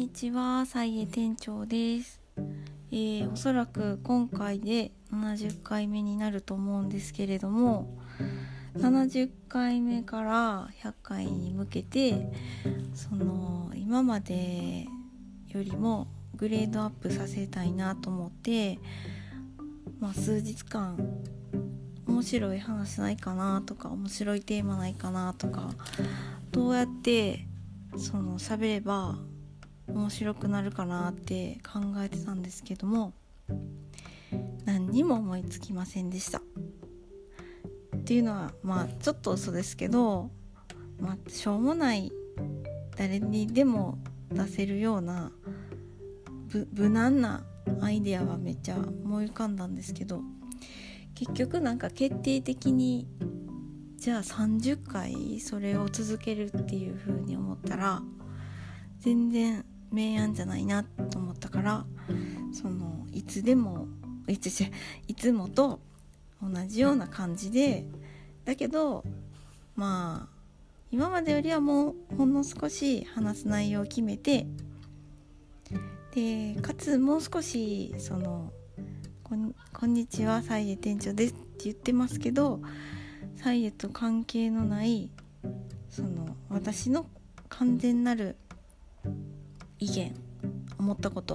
ちは、サイエ店長です。おそらく今回で70回目になると思うんですけれども、70回目から100回に向けて今までよりもグレードアップさせたいなと思って、数日間面白い話ないかなとか、面白いテーマないかなとか、どうやって喋れば面白くなるかなって考えてたんですけども、何にも思いつきませんでした。っていうのはちょっと嘘ですけど、しょうもない誰にでも出せるような無難なアイデアはめっちゃ思い浮かんだんですけど、結局決定的にじゃあ30回それを続けるっていう風に思ったら全然明暗じゃないなと思ったから、いつもと同じような感じで、だけど今までよりはもうほんの少し話す内容を決めて、でかつもう少しこんにちはサイエ店長ですって言ってますけど、サイエと関係のない私の完全なる意見、思ったこと、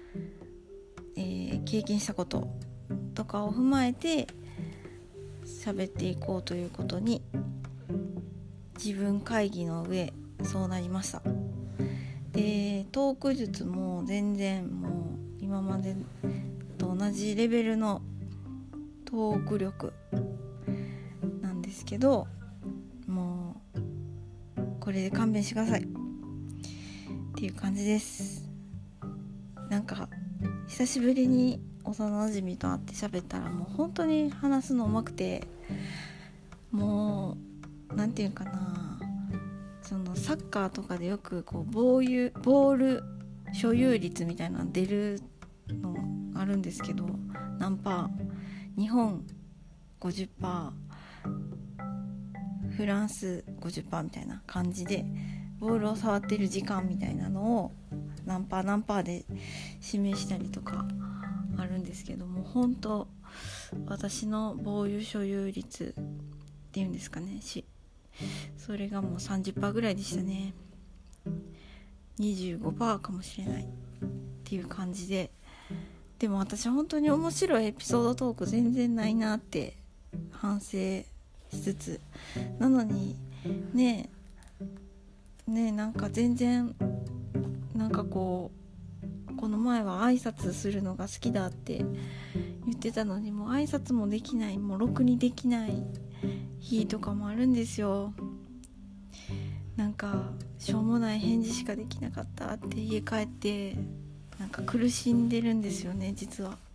経験したこととかを踏まえて喋っていこうということに自分会議の上そうなりました。でトーク術も全然もう今までと同じレベルのトーク力なんですけど、もうこれで勘弁してくださいっていう感じです。久しぶりに幼馴染と会って喋ったら、もう本当に話すの上手くて、もうなんていうかな、サッカーとかでよくボール所有率みたいなの出るのあるんですけど、何パー、日本 50%、フランス 50% みたいな感じでボールを触ってる時間みたいなのを何パーで示したりとかあるんですけども、本当私のボール所有率っていうんですかね、それがもう 30% ぐらいでしたね。 25% かもしれないっていう感じで、でも私本当に面白いエピソードトーク全然ないなって反省しつつ、なのにね全然この前は挨拶するのが好きだって言ってたのに、もう挨拶もできない、もうろくにできない日とかもあるんですよ。しょうもない返事しかできなかったって家帰って苦しんでるんですよね、実は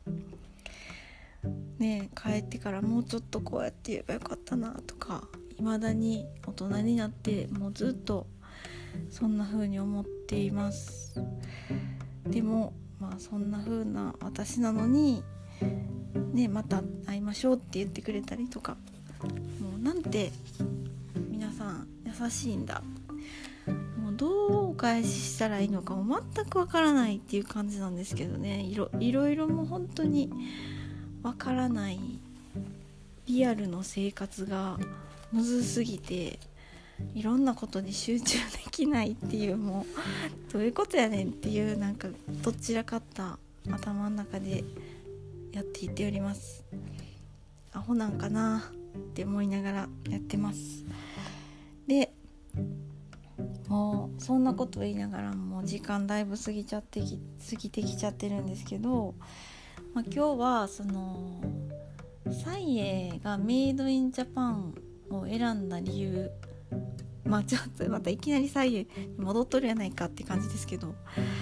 ね。帰ってからもうちょっとこうやって言えばよかったなとか、未だに大人になってもうずっとそんな風に思っています。でもそんな風な私なのにまた会いましょうって言ってくれたりとか、もうなんて皆さん優しいんだ、もうどうお返ししたらいいのかも全くわからないっていう感じなんですけどね。いろいろもう本当にわからない、リアルの生活がむずすぎていろんなことに集中できないっていう、もうどういうことやねんっていう、どちらかった頭の中でやっていっております。アホなんかなって思いながらやってます。でもうそんなこと言いながらもう時間だいぶ過ぎてきちゃってるんですけど、今日はサイエがメイドインジャパンを選んだ理由、ちょっとまたいきなりサイエに戻っとるやないかって感じですけど、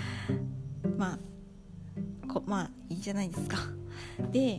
いいじゃないですか。で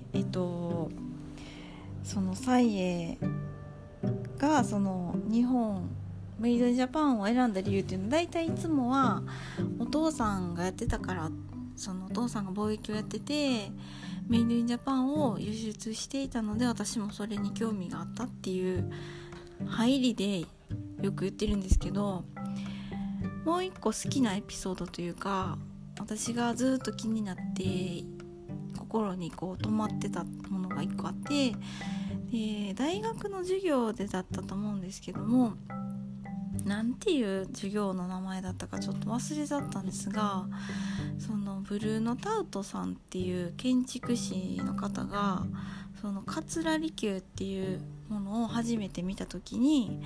サイエが日本メイドインジャパンを選んだ理由っていうのは、だいたいいつもはお父さんがやってたから、お父さんが貿易をやっててメイドインジャパンを輸出していたので、私もそれに興味があったっていう入りでよく言ってるんですけど、 もう一個好きなエピソードというか、私がずっと気になって心にこう止まってたものが一個あって、で大学の授業でだったと思うんですけども、なんていう授業の名前だったかちょっと忘れちゃったんですが、そのブルーノ・タウトさんっていう建築士の方がその桂離宮っていうものを初めて見た時に、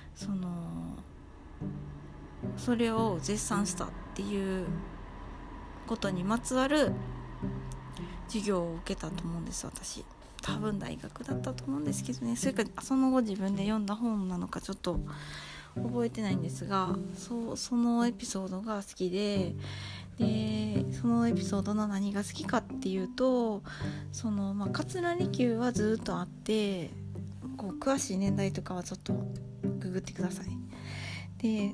それを絶賛したっていうことにまつわる授業を受けたと思うんです。私多分大学だったと思うんですけどね、それかその後自分で読んだ本なのかちょっと覚えてないんですが、そのエピソードが好きで、そのエピソードの何が好きかっていうと、桂離宮はずっとあって、こう詳しい年代とかはちょっとググってください。で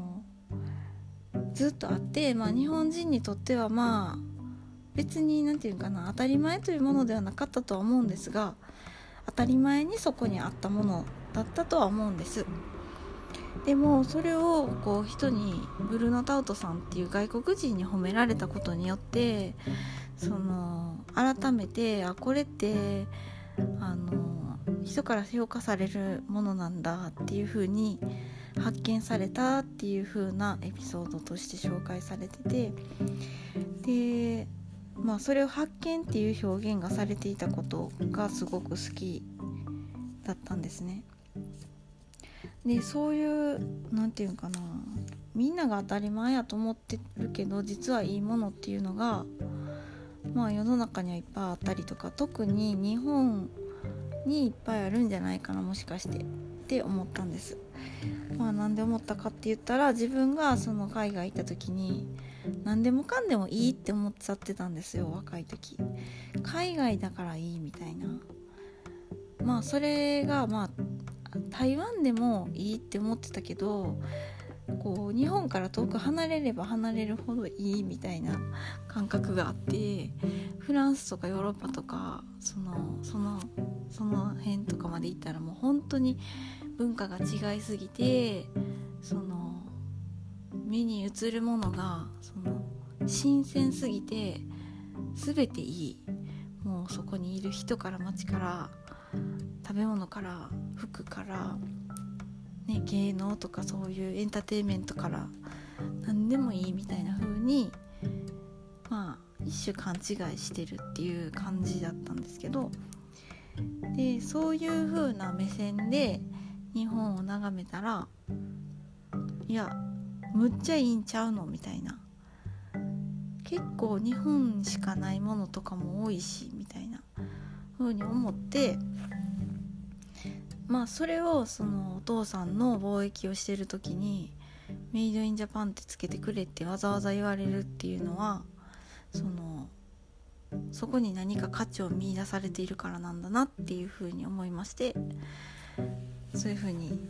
ずっとあって、日本人にとっては別になんていうかな、当たり前というものではなかったとは思うんですが、当たり前にそこにあったものだったとは思うんです。でもそれをこう人に、ブルーノ・タウトさんっていう外国人に褒められたことによって、改めてこれって人から評価されるものなんだっていう風に発見されたっていう風なエピソードとして紹介されてて、でそれを発見っていう表現がされていたことがすごく好きだったんですね。でそういうなんていうかな、みんなが当たり前やと思ってるけど実はいいものっていうのが世の中にはいっぱいあったりとか、特に日本にいっぱいあるんじゃないかな、もしかしてって思ったんです。なんで思ったかって言ったら、自分がその海外行った時に何でもかんでもいいって思っちゃってたんですよ、若い時。海外だからいいみたいな、それが台湾でもいいって思ってたけど、こう日本から遠く離れれば離れるほどいいみたいな感覚があって、フランスとかヨーロッパとかその辺とかまで行ったらもう本当に文化が違いすぎて、目に映るものが新鮮すぎて全ていい。もうそこにいる人から街から食べ物から服から芸能とかそういうエンターテインメントから何でもいいみたいな風に一種勘違いしてるっていう感じだったんですけど、でそういう風な目線で日本を眺めたら、いやむっちゃいいんちゃうのみたいな、結構日本しかないものとかも多いしみたいな風に思って、それをそのお父さんの貿易をしてる時にメイドインジャパンってつけてくれってわざわざ言われるっていうのは、そこに何か価値を見出されているからなんだなっていうふうに思いまして、そういうふうに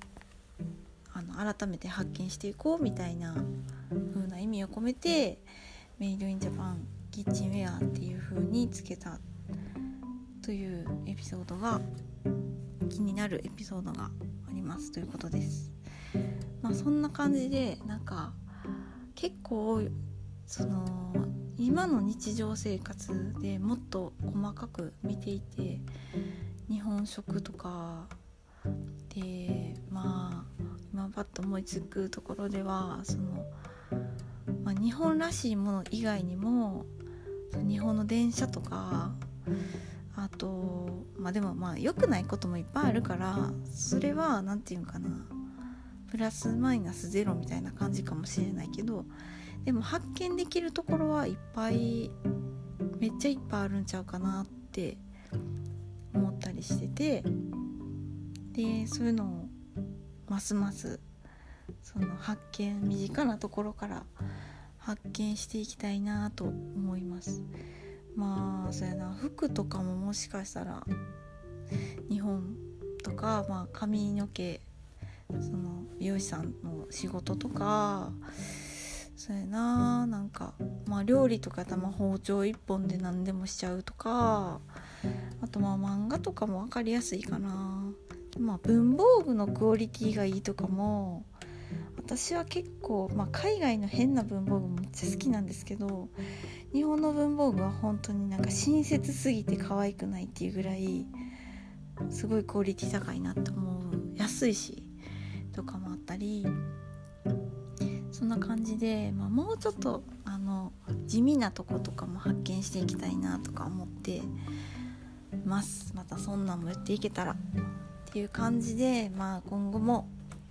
改めて発見していこうみたいな風な意味を込めてメイドインジャパンキッチンウェアっていう風につけたというエピソードが、気になるエピソードがありますということです。そんな感じで結構今の日常生活でもっと細かく見ていて、日本食とかで今パッと思いつくところでは日本らしいもの以外にも日本の電車とか、あとでも良くないこともいっぱいあるから、それはなんていうかな、プラスマイナスゼロみたいな感じかもしれないけど、でも発見できるところはいっぱい、めっちゃいっぱいあるんちゃうかなって思ったりしてて、でそういうのをますます発見、身近なところから発見していきたいなと思います。そうやな、服とかももしかしたら日本とか、髪の毛美容師さんの仕事とか、そうやな、料理とか包丁一本で何でもしちゃうとか、あと漫画とかも分かりやすいかな。文房具のクオリティがいいとかも私は結構、海外の変な文房具めっちゃ好きなんですけど、日本の文房具は本当になんか親切すぎて可愛くないっていうぐらいすごいクオリティ高いなって思う、安いしとかもあったり、そんな感じで、もうちょっと地味なとことかも発見していきたいなとか思ってます。またそんなんも言っていけたらっていう感じで、今後も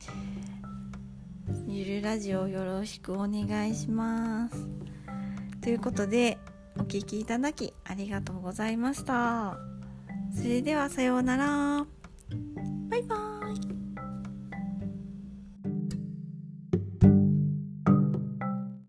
ゆるラジオよろしくお願いしますということで、お聞きいただきありがとうございました。それではさようなら。バイバイ。